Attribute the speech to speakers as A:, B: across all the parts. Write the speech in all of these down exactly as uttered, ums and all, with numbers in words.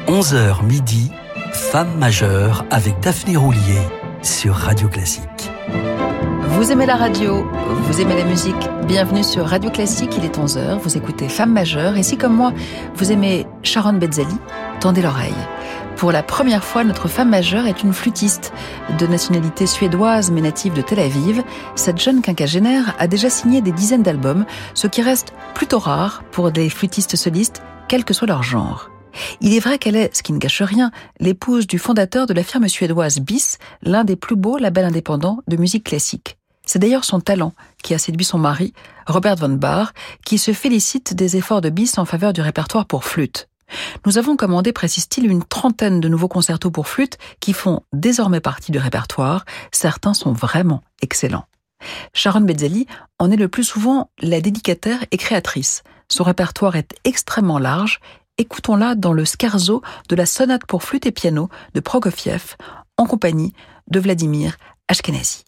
A: onze heures midi, Femme majeure avec Daphné Roulier sur Radio Classique.
B: Vous aimez la radio, vous aimez la musique, bienvenue sur Radio Classique, il est onze heures, vous écoutez Femme majeure, et si comme moi, vous aimez Sharon Betzali, tendez l'oreille. Pour la première fois, notre femme majeure est une flûtiste de nationalité suédoise mais native de Tel Aviv. Cette jeune quinquagénaire a déjà signé des dizaines d'albums, ce qui reste plutôt rare pour des flûtistes solistes, quel que soit leur genre. Il est vrai qu'elle est, ce qui ne gâche rien, l'épouse du fondateur de la firme suédoise B I S, l'un des plus beaux labels indépendants de musique classique. C'est d'ailleurs son talent qui a séduit son mari, Robert von Bahr, qui se félicite des efforts de B I S en faveur du répertoire pour flûte. Nous avons commandé, précise-t-il, une trentaine de nouveaux concertos pour flûte qui font désormais partie du répertoire. Certains sont vraiment excellents. Sharon Betzali en est le plus souvent la dédicataire et créatrice. Son répertoire est extrêmement large. Écoutons-la dans le scherzo de la sonate pour flûte et piano de Prokofiev, en compagnie de Vladimir Ashkenazy.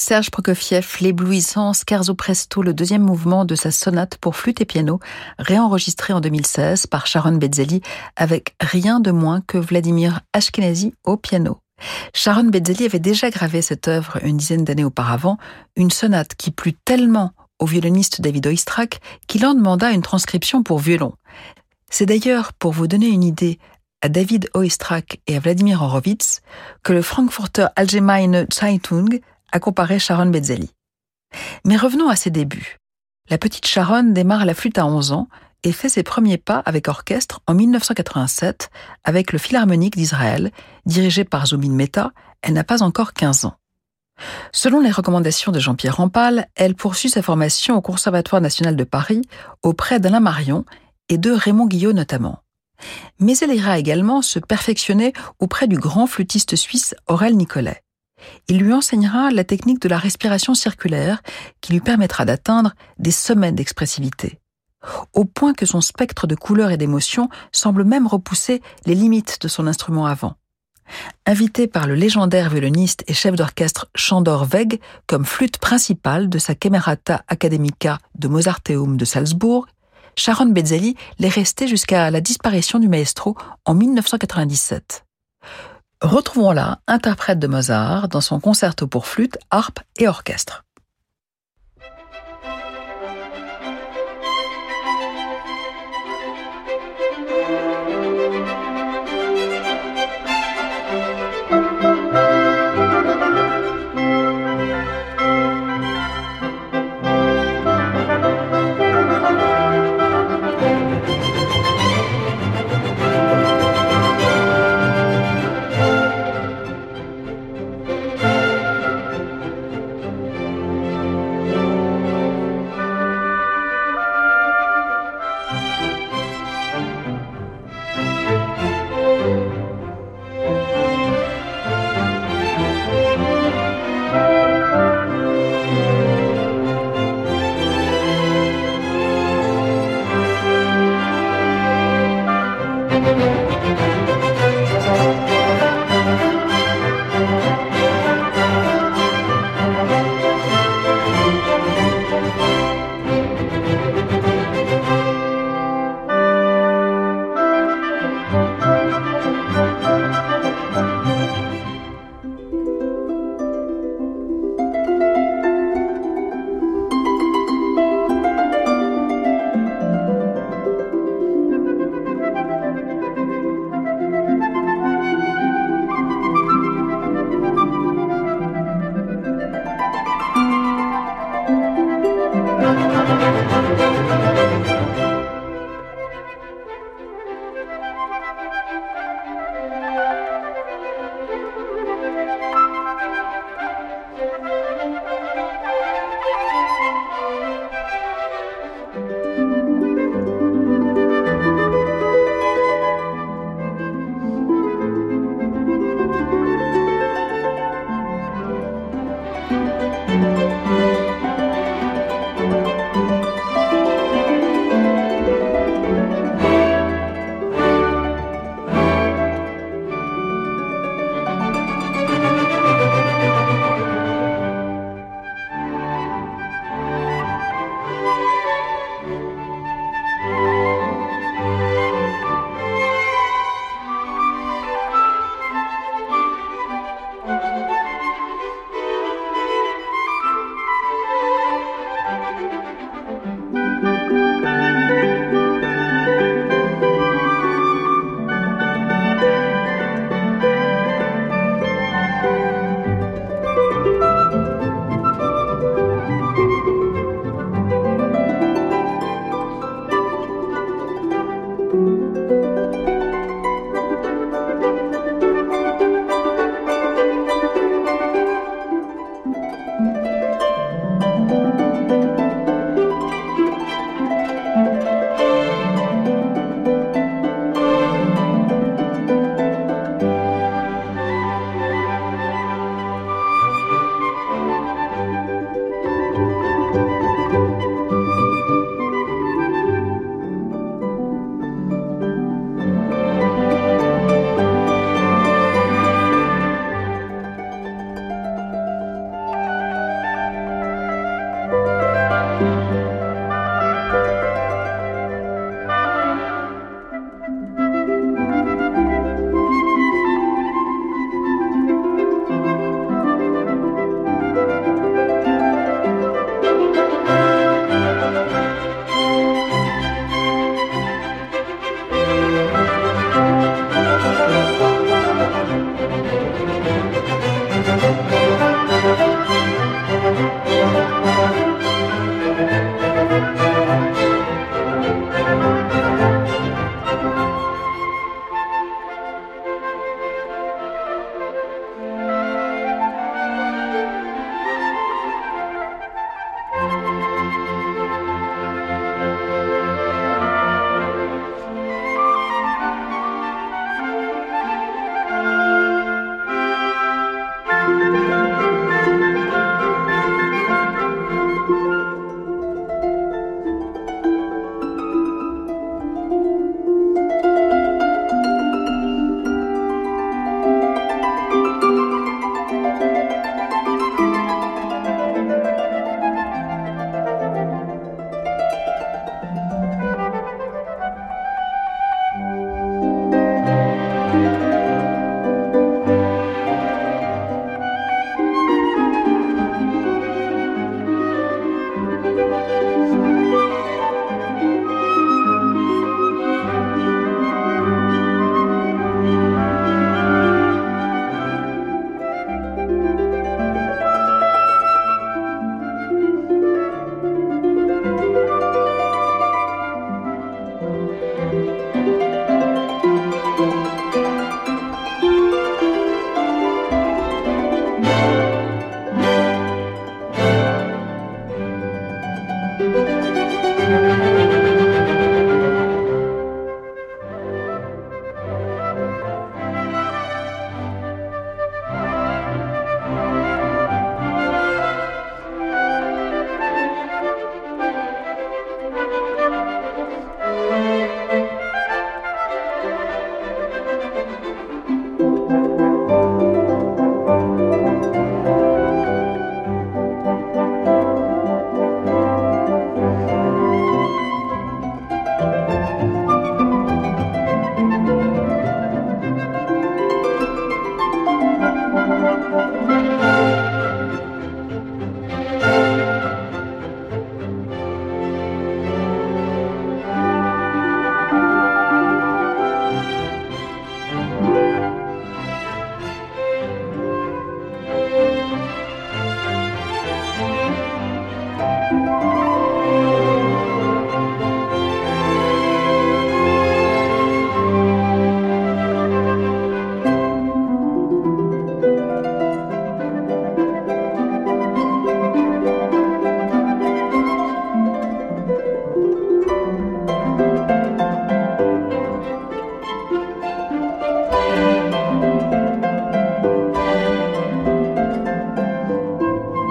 B: Serge Prokofiev, l'éblouissant Scherzo Presto, le deuxième mouvement de sa sonate pour flûte et piano, réenregistré en deux mille seize par Sharon Betzeli avec rien de moins que Vladimir Ashkenazy au piano. Sharon Betzeli avait déjà gravé cette œuvre une dizaine d'années auparavant, une sonate qui plut tellement au violoniste David Oistrakh qu'il en demanda une transcription pour violon. C'est d'ailleurs, pour vous donner une idée, à David Oistrakh et à Vladimir Horowitz, que le Frankfurter Allgemeine Zeitung a comparé Sharon Betzeli. Mais revenons à ses débuts. La petite Sharon démarre la flûte à onze ans et fait ses premiers pas avec orchestre en dix-neuf cent quatre-vingt-sept avec le Philharmonique d'Israël, dirigé par Zubin Mehta. Elle n'a pas encore quinze ans. Selon les recommandations de Jean-Pierre Rampal, elle poursuit sa formation au Conservatoire national de Paris auprès d'Alain Marion et de Raymond Guillot notamment. Mais elle ira également se perfectionner auprès du grand flûtiste suisse Aurel Nicolet. Il lui enseignera la technique de la respiration circulaire qui lui permettra d'atteindre des sommets d'expressivité, au point que son spectre de couleurs et d'émotions semble même repousser les limites de son instrument avant. Invité par le légendaire violoniste et chef d'orchestre Sándor Weg comme flûte principale de sa Camerata Academica de Mozarteum de Salzbourg, Sharon Betzeli l'est restée jusqu'à la disparition du maestro en dix-neuf cent quatre-vingt-dix-sept. Retrouvons-la, interprète de Mozart, dans son concerto pour flûte, harpe et orchestre.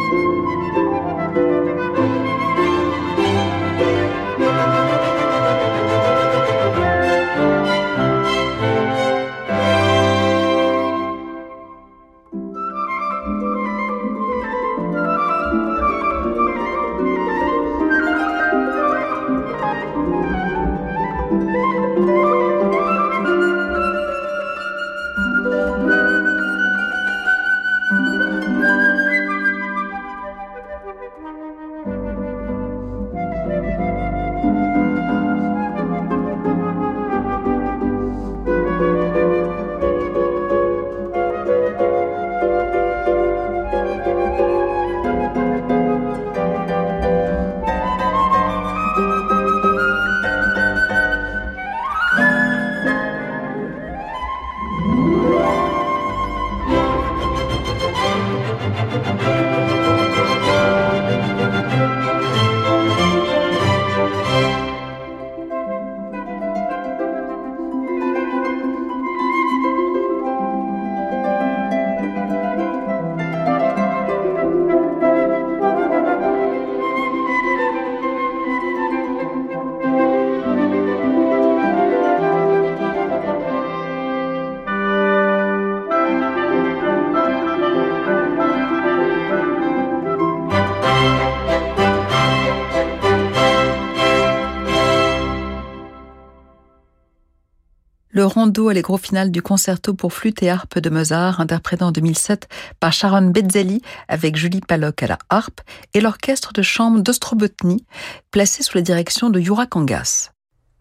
B: Le rondo allegro final du concerto pour flûte et harpe de Mozart, interprété en deux mille sept par Sharon Bezzali avec Julie Pallock à la harpe et l'orchestre de chambre d'Ostrobotny, placé sous la direction de Yura Kangas.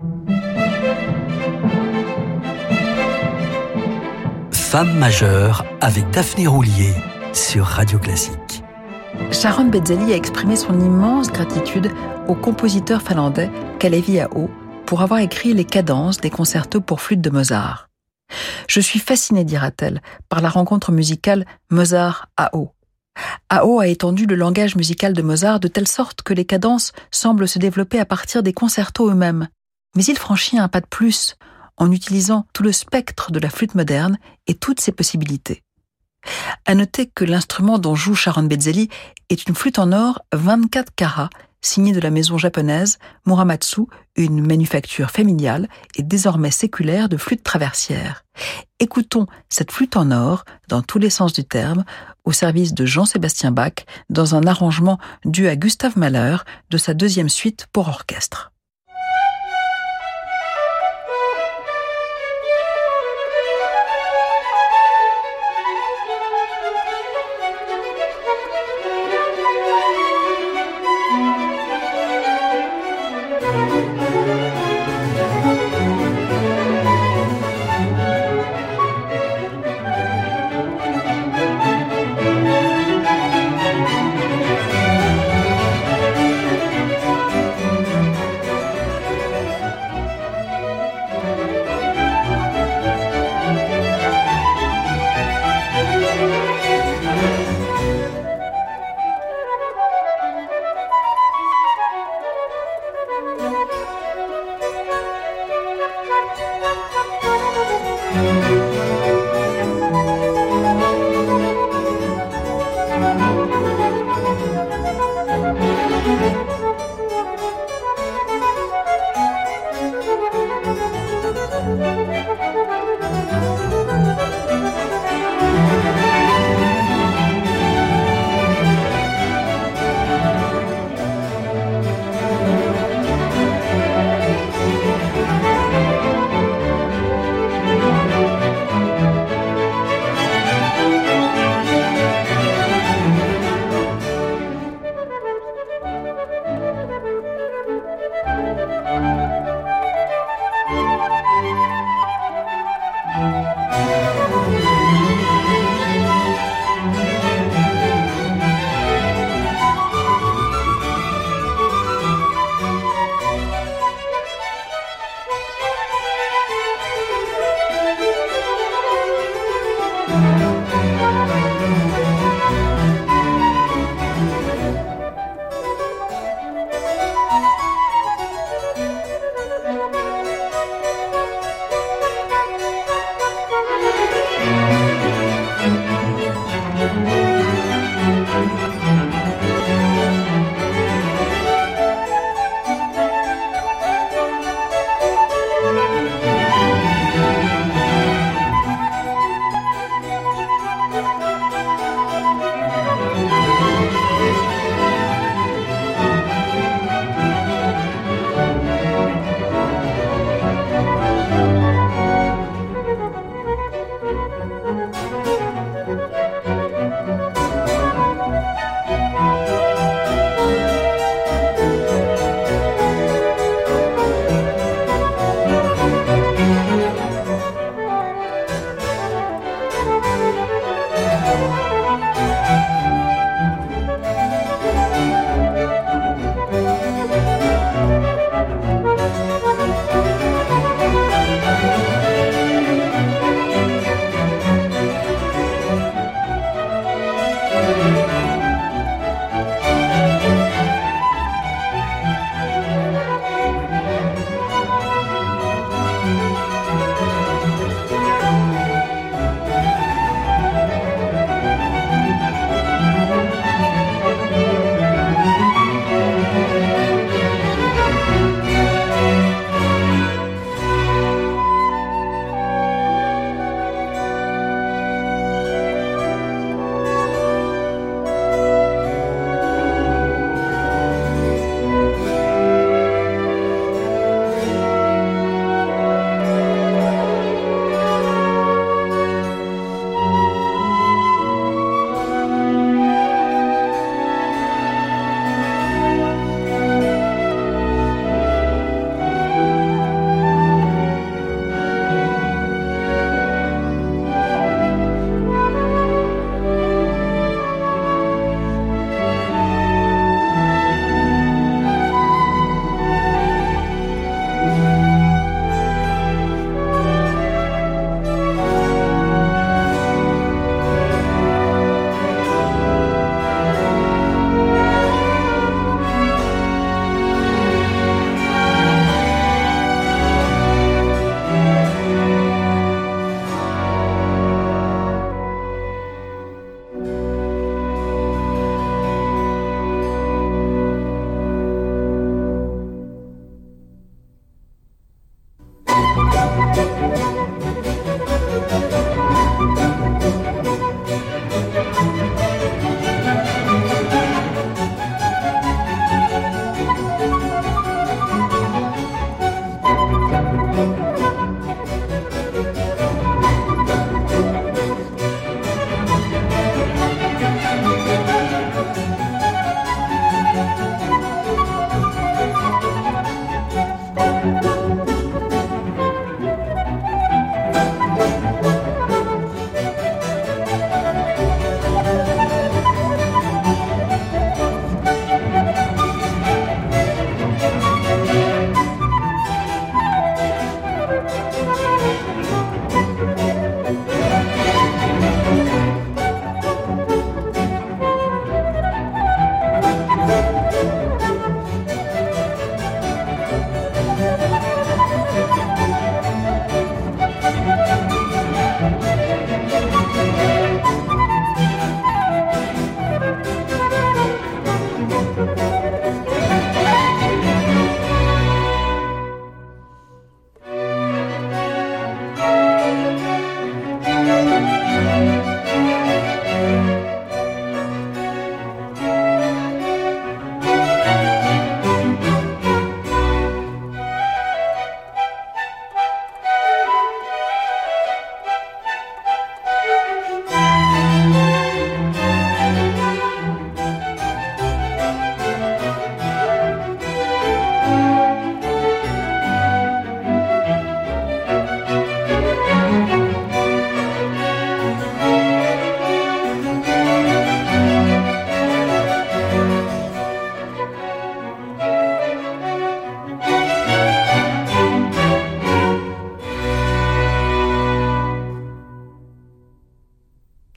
A: Femme majeure avec Daphné Roulier sur Radio Classique.
B: Sharon Bezzali a exprimé son immense gratitude au compositeur finlandais Kalevi Aho pour avoir écrit les cadences des concertos pour flûte de Mozart. Je suis fascinée, dira-t-elle, par la rencontre musicale Mozart-Aho. Aho a étendu le langage musical de Mozart de telle sorte que les cadences semblent se développer à partir des concertos eux-mêmes. Mais il franchit un pas de plus en utilisant tout le spectre de la flûte moderne et toutes ses possibilités. À noter que l'instrument dont joue Sharon Bezzali est une flûte en or vingt-quatre carats, signée de la maison japonaise Muramatsu, une manufacture familiale et désormais séculaire de flûtes traversières. Écoutons cette flûte en or, dans tous les sens du terme, au service de Jean-Sébastien Bach, dans un arrangement dû à Gustav Mahler de sa deuxième suite pour orchestre.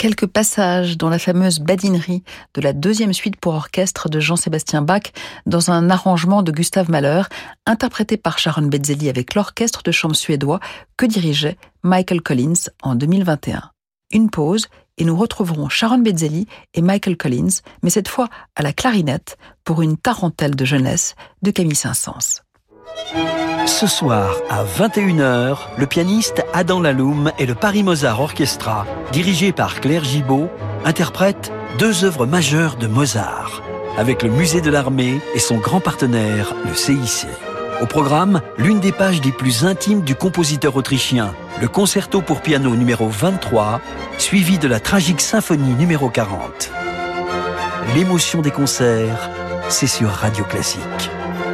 B: quelques passages dans la fameuse badinerie de la deuxième suite pour orchestre de Jean-Sébastien Bach dans un arrangement de Gustave Mahler, interprété par Sharon Betzeli avec l'orchestre de chambre suédois que dirigeait Michael Collins en deux mille vingt et un. Une pause et nous retrouverons Sharon Betzeli et Michael Collins, mais cette fois à la clarinette pour une tarentelle de jeunesse de Camille Saint-Saëns.
A: Ce soir, à vingt et une heures, le pianiste Adam Laloum et le Paris Mozart Orchestra, dirigé par Claire Gibault, interprètent deux œuvres majeures de Mozart, avec le Musée de l'Armée et son grand partenaire, le C I C. Au programme, l'une des pages les plus intimes du compositeur autrichien, le concerto pour piano numéro vingt-trois, suivi de la tragique symphonie numéro quarante. L'émotion des concerts, c'est sur Radio Classique.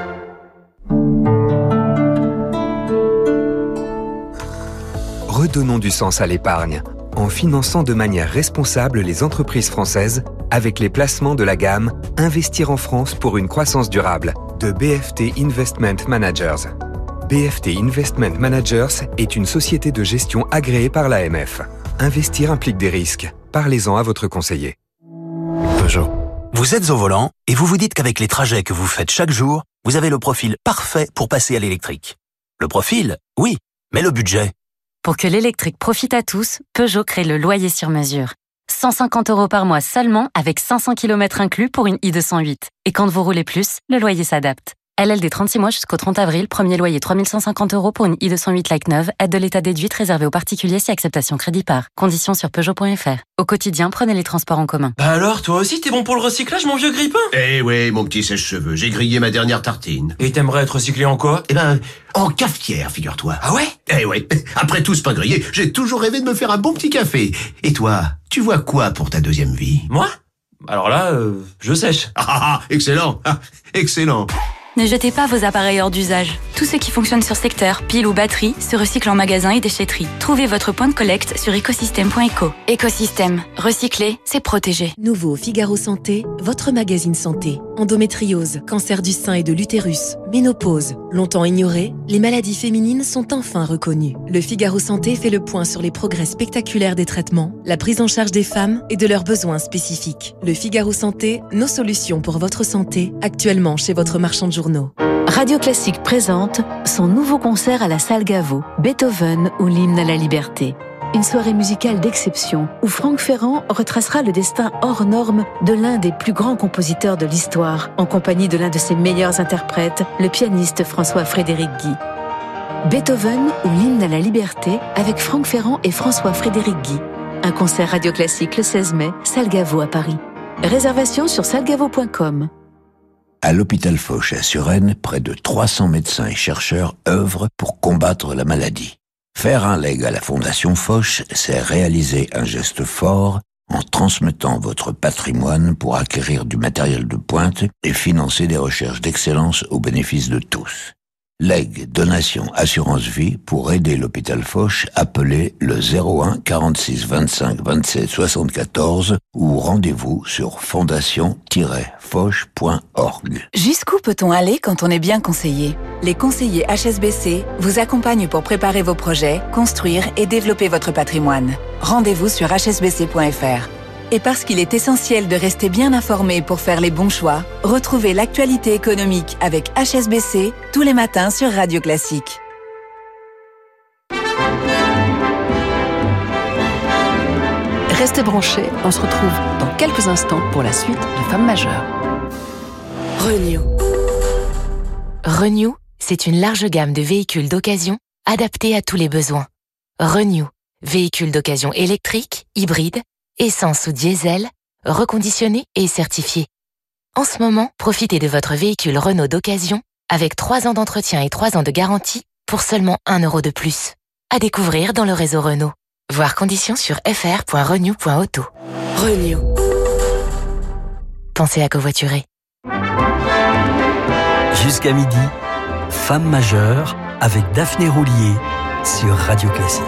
C: Redonnons du sens à l'épargne en finançant de manière responsable les entreprises françaises avec les placements de la gamme Investir en France pour une croissance durable de B F T Investment Managers. B F T Investment Managers est une société de gestion agréée par l'A M F. Investir implique des risques. Parlez-en à votre conseiller.
D: Peugeot. Vous êtes au volant et vous vous dites qu'avec les trajets que vous faites chaque jour, vous avez le profil parfait pour passer à l'électrique. Le profil, oui, mais le budget.
E: Pour que l'électrique profite à tous, Peugeot crée le loyer sur mesure. cent cinquante euros par mois seulement avec cinq cents kilomètres inclus pour une i deux cent huit. Et quand vous roulez plus, le loyer s'adapte. L L D trente-six mois jusqu'au trente avril, premier loyer trois mille cent cinquante euros pour une i deux cent huit like neuve, aide de l'état déduite réservée aux particuliers si acceptation crédit par. Conditions sur Peugeot point F R. Au quotidien, prenez les transports en commun.
F: Bah alors, toi aussi t'es bon pour le recyclage, mon vieux grippin?
G: Eh ouais, mon petit sèche-cheveux, j'ai grillé ma dernière tartine.
F: Et t'aimerais être recyclé en quoi?
G: Eh ben, en cafetière, figure-toi.
F: Ah ouais?
G: Eh ouais, après tout ce pain grillé, j'ai toujours rêvé de me faire un bon petit café. Et toi, tu vois quoi pour ta deuxième vie?
F: Moi? Alors là, euh, je sèche.
G: Ah ah ah, excellent, ah, excellent.
E: Ne jetez pas vos appareils hors d'usage. Tout ce qui fonctionne sur secteur, pile ou batterie, se recycle en magasin et déchetterie. Trouvez votre point de collecte sur écosystème point éco. Écosystème. Recycler, c'est protéger.
H: Nouveau Figaro Santé, votre magazine santé. Endométriose, cancer du sein et de l'utérus, ménopause. Longtemps ignorées, les maladies féminines sont enfin reconnues. Le Figaro Santé fait le point sur les progrès spectaculaires des traitements, la prise en charge des femmes et de leurs besoins spécifiques. Le Figaro Santé, nos solutions pour votre santé, actuellement chez votre marchand de journaux.
I: Radio Classique présente son nouveau concert à la Salle Gaveau, Beethoven ou l'hymne à la liberté. Une soirée musicale d'exception où Franck Ferrand retracera le destin hors norme de l'un des plus grands compositeurs de l'histoire, en compagnie de l'un de ses meilleurs interprètes, le pianiste François-Frédéric Guy. Beethoven ou l'hymne à la liberté avec Franck Ferrand et François-Frédéric Guy. Un concert Radio Classique le seize mai, Salle Gaveau à Paris. Réservation sur salgavo point com.
J: À l'hôpital Foch à Suresnes, près de trois cents médecins et chercheurs œuvrent pour combattre la maladie. Faire un legs à la Fondation Foch, c'est réaliser un geste fort en transmettant votre patrimoine pour acquérir du matériel de pointe et financer des recherches d'excellence au bénéfice de tous. Legs, donation, assurance vie, pour aider l'hôpital Foch, appelez le zéro un quarante-six vingt-cinq vingt-sept soixante-quatorze ou rendez-vous sur fondation tiret foch point org.
K: Jusqu'où peut-on aller quand on est bien conseillé? Les conseillers H S B C vous accompagnent pour préparer vos projets, construire et développer votre patrimoine. Rendez-vous sur h s b c point f r. Et parce qu'il est essentiel de rester bien informé pour faire les bons choix, retrouvez l'actualité économique avec H S B C tous les matins sur Radio Classique.
B: Restez branchés, on se retrouve dans quelques instants pour la suite de Femmes majeures.
L: Renew. Renew, c'est une large gamme de véhicules d'occasion adaptés à tous les besoins. Renew, véhicules d'occasion électriques, hybrides, essence ou diesel, reconditionné et certifié. En ce moment, profitez de votre véhicule Renault d'occasion avec trois ans d'entretien et trois ans de garantie pour seulement un euro de plus. À découvrir dans le réseau Renault. Voir conditions sur f r point renew point auto.
H: Renew.
L: Pensez à covoiturer.
A: Jusqu'à midi, Femmes majeures avec Daphné Roulier sur Radio Classique.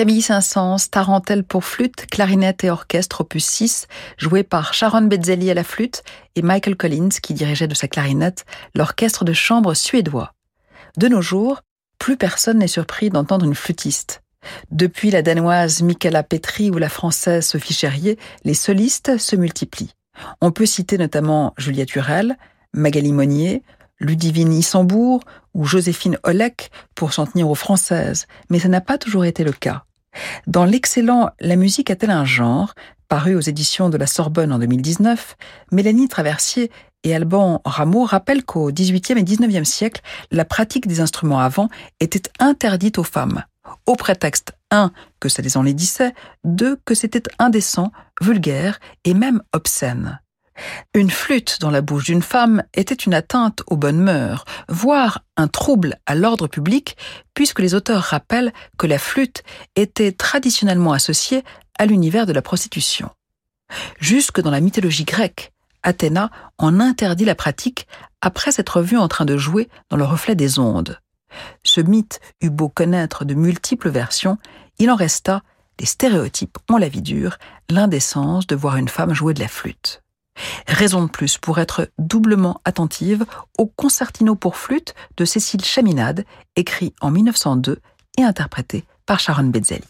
B: Camille Saint-Saëns, tarentelle pour flûte, clarinette et orchestre, opus six, joué par Sharon Bezzeli à la flûte et Michael Collins qui dirigeait de sa clarinette l'orchestre de chambre suédois. De nos jours, plus personne n'est surpris d'entendre une flûtiste. Depuis la danoise Michaela Petri ou la française Sophie Cherrier, les solistes se multiplient. On peut citer notamment Juliette Hurel, Magali Monnier, Ludivine Issambourg ou Joséphine Olek pour s'en tenir aux françaises, mais ça n'a pas toujours été le cas. Dans l'excellent « La musique a-t-elle un genre ?», paru aux éditions de la Sorbonne en deux mille dix-neuf, Mélanie Traversier et Alban Rameau rappellent qu'au dix-huitième et dix-neuvième siècle, la pratique des instruments à vent était interdite aux femmes, au prétexte un que ça les enlaidissait, deux que c'était indécent, vulgaire et même obscène. Une flûte dans la bouche d'une femme était une atteinte aux bonnes mœurs, voire un trouble à l'ordre public, puisque les auteurs rappellent que la flûte était traditionnellement associée à l'univers de la prostitution. Jusque dans la mythologie grecque, Athéna en interdit la pratique après s'être vue en train de jouer dans le reflet des ondes. Ce mythe eut beau connaître de multiples versions, il en resta, les stéréotypes ont la vie dure, l'indécence de voir une femme jouer de la flûte. Raison de plus pour être doublement attentive au Concertino pour flûte de Cécile Chaminade, écrit en mille neuf cent deux et interprété par Sharon Bezzeli.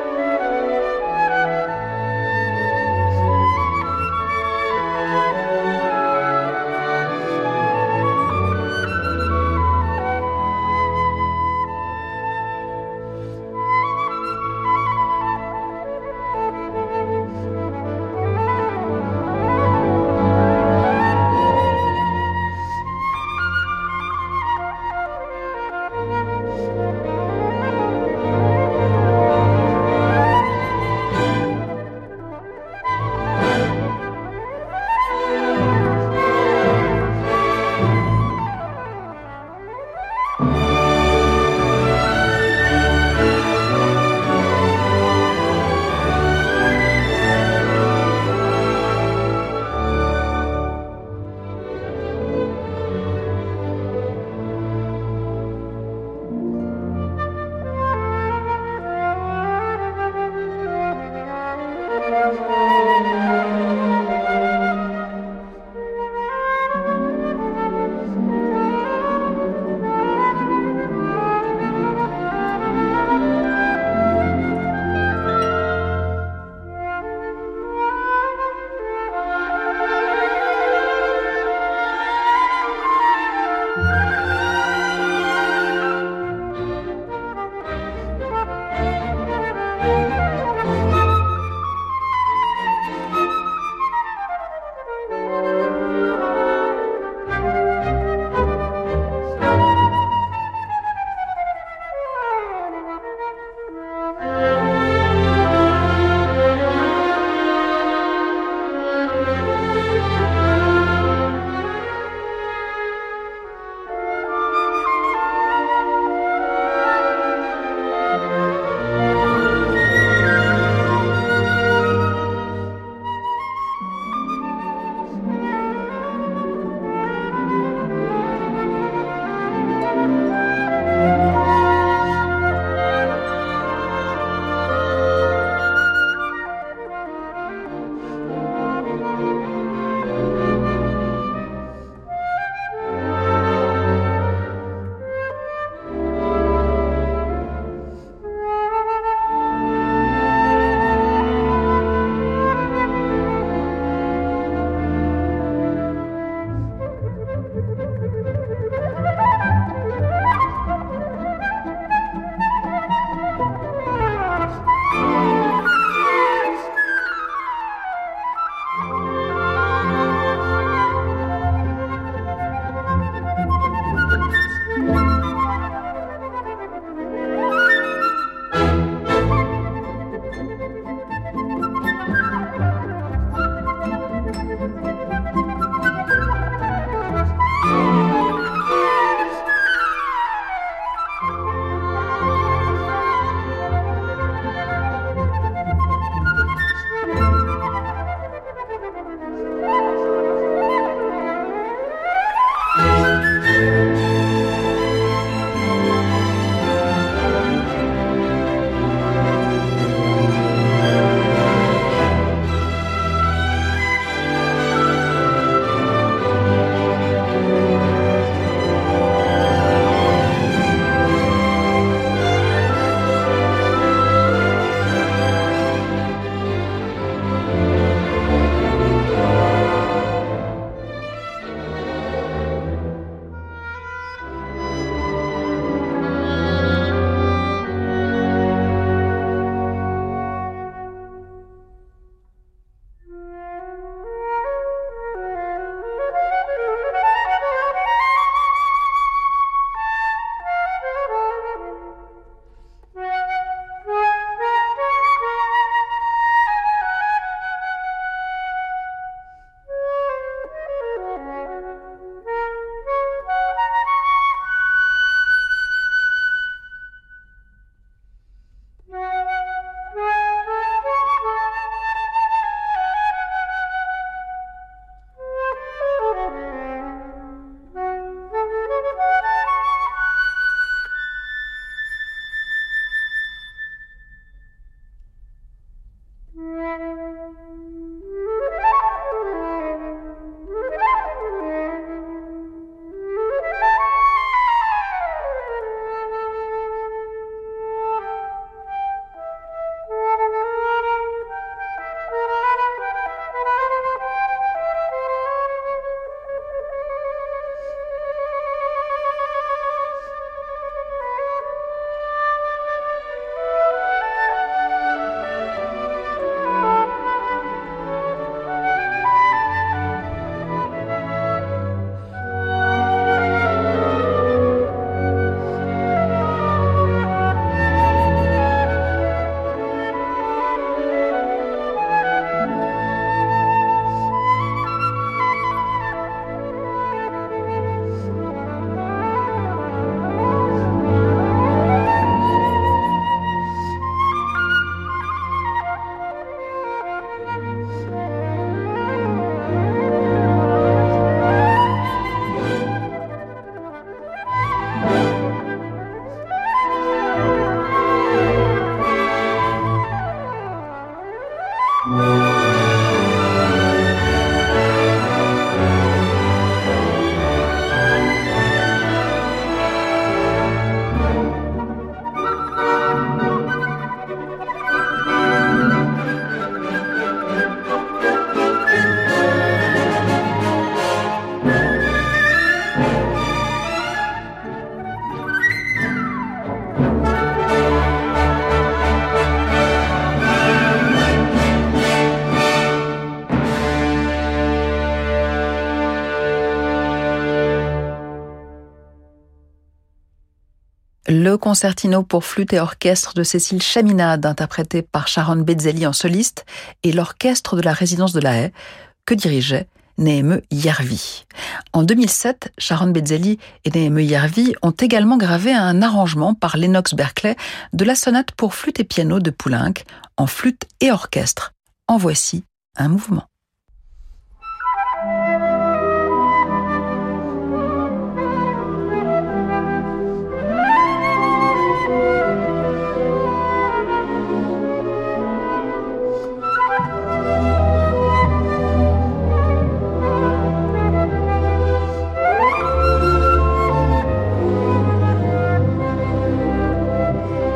M: Thank you.
B: le concertino pour flûte et orchestre de Cécile Chaminade, interprété par Sharon Bezzeli en soliste, et l'orchestre de la résidence de La Haye, que dirigeait Néhémie Järvi. En deux mille sept, Sharon Bezzeli et Néhémie Järvi ont également gravé un arrangement par Lennox Berkeley de la sonate pour flûte et piano de Poulenc, en flûte et orchestre. En voici un mouvement.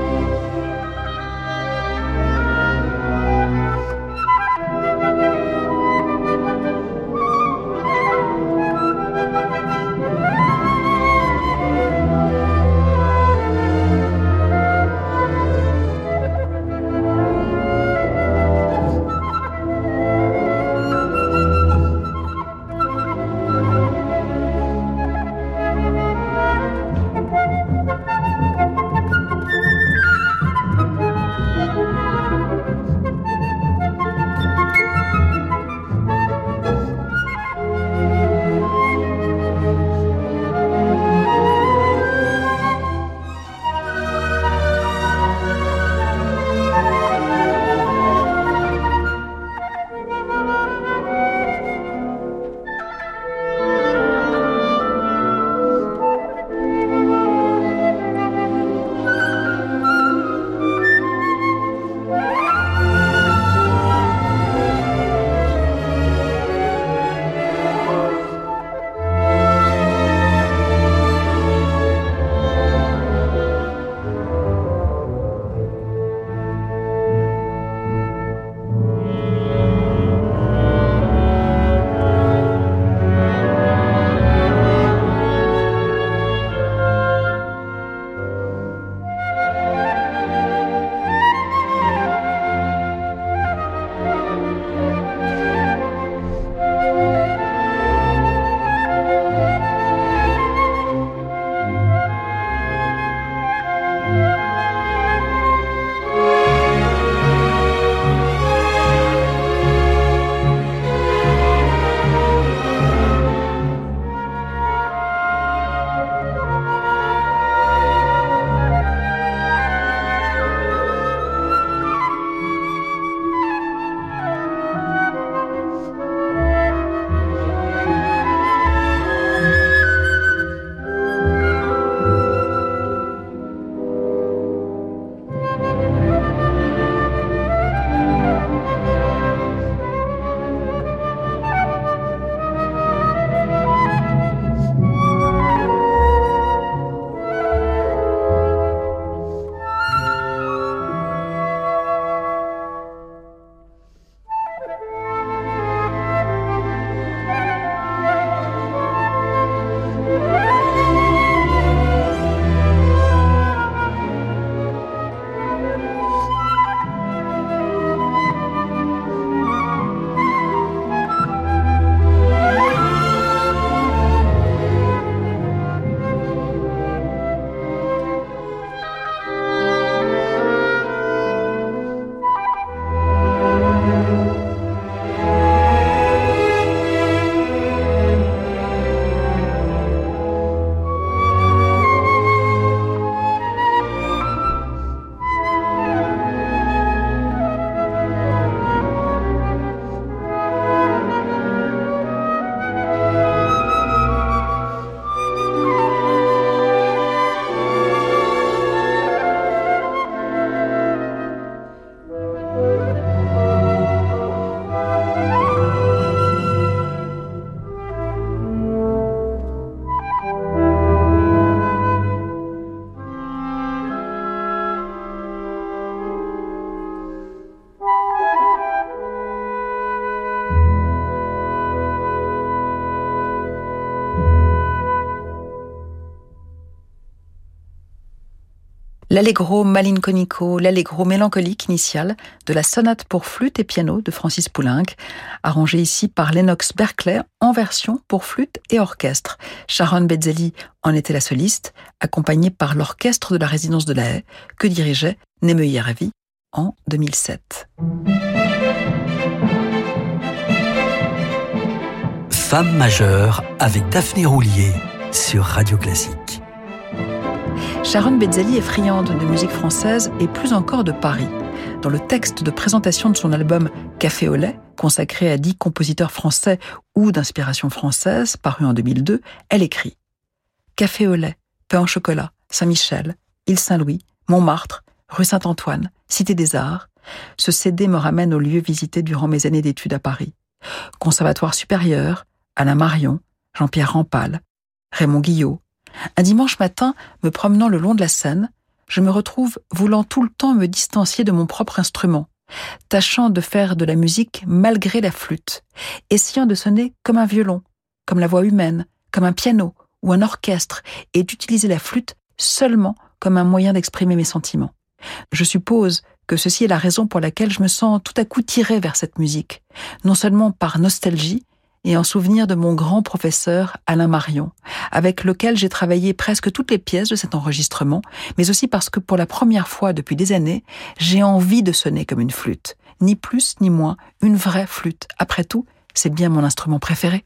M: Thank you.
B: l'allegro malinconico, l'allegro mélancolique initial de la sonate pour flûte et piano de Francis Poulenc, arrangé ici par Lennox Berkeley en version pour flûte et orchestre. Sharon Bezzeli en était la soliste, accompagnée par l'orchestre de la résidence de La Haye, que dirigeait Nemeyer Ravi en deux mille sept.
A: Femme majeure avec Daphné Roulier sur Radio Classique.
B: Sharon Bezzeli est friande de musique française et plus encore de Paris. Dans le texte de présentation de son album Café au lait, consacré à dix compositeurs français ou d'inspiration française, paru en deux mille deux, elle écrit « Café au lait, pain au chocolat, Saint-Michel, Île Saint-Louis, Montmartre, rue Saint-Antoine, Cité des Arts. Ce C D me ramène aux lieux visités durant mes années d'études à Paris. Conservatoire supérieur, Alain Marion, Jean-Pierre Rampal, Raymond Guillot. Un dimanche matin, me promenant le long de la Seine, je me retrouve voulant tout le temps me distancier de mon propre instrument, tâchant de faire de la musique malgré la flûte, essayant de sonner comme un violon, comme la voix humaine, comme un piano ou un orchestre, et d'utiliser la flûte seulement comme un moyen d'exprimer mes sentiments. Je suppose que ceci est la raison pour laquelle je me sens tout à coup tirée vers cette musique, non seulement par nostalgie, et en souvenir de mon grand professeur Alain Marion, avec lequel j'ai travaillé presque toutes les pièces de cet enregistrement, mais aussi parce que pour la première fois depuis des années, j'ai envie de sonner comme une flûte. Ni plus ni moins, une vraie flûte. Après tout, c'est bien mon instrument préféré.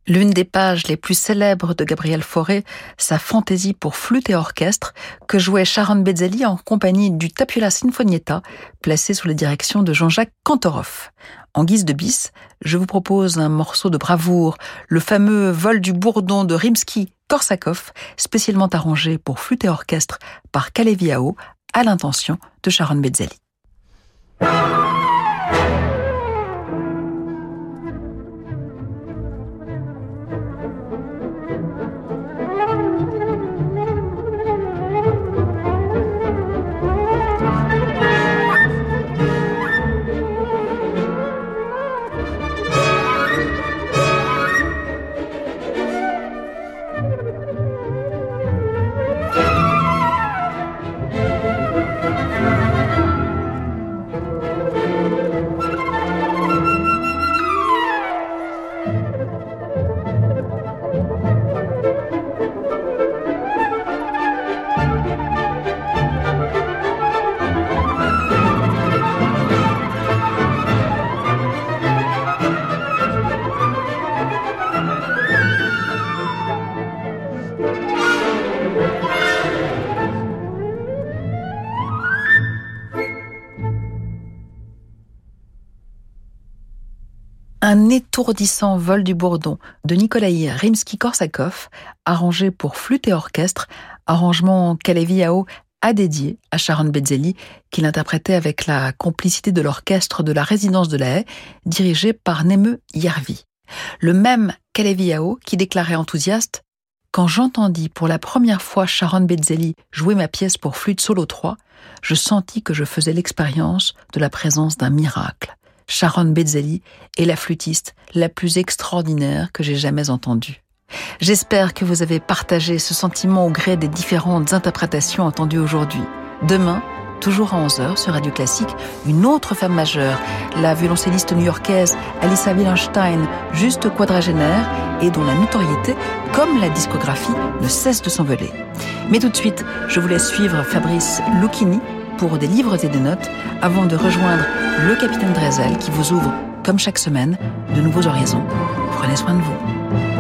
B: L'une des pages les plus célèbres de Gabriel Fauré, sa fantaisie pour flûte et orchestre, que jouait Sharon Bezzeli en compagnie du Tapiola Sinfonietta, placé sous la direction de Jean-Jacques Kantorov. En guise de bis, je vous propose un morceau de bravoure, le fameux Vol du Bourdon de Rimsky-Korsakov, spécialement arrangé pour flûte et orchestre par Kaleviao, à l'intention de Sharon Bezzeli. Un étourdissant vol du bourdon de Nikolai Rimsky-Korsakov, arrangé pour flûte et orchestre, arrangement Kaleviao a dédié à Sharon Bezzeli, qui l'interprétait avec la complicité de l'orchestre de la Résidence de la Haye, dirigé par Neme Järvi. Le même Kaleviao qui déclarait enthousiaste « Quand j'entendis pour la première fois Sharon Bezzeli jouer ma pièce pour flûte solo trois, je sentis que je faisais l'expérience de la présence d'un miracle. Sharon Bezzeli est la flûtiste la plus extraordinaire que j'ai jamais entendue. » J'espère que vous avez partagé ce sentiment au gré des différentes interprétations entendues aujourd'hui. Demain, toujours à onze heures sur Radio Classique, une autre femme majeure, la violoncelliste new-yorkaise Alissa Willenstein, juste quadragénaire et dont la notoriété, comme la discographie, ne cesse de s'envoler. Mais tout de suite, je vous laisse suivre Fabrice Lucchini pour des livres et des notes avant de rejoindre le capitaine Drezel qui vous ouvre, comme chaque semaine, de nouveaux horizons. Prenez soin de vous.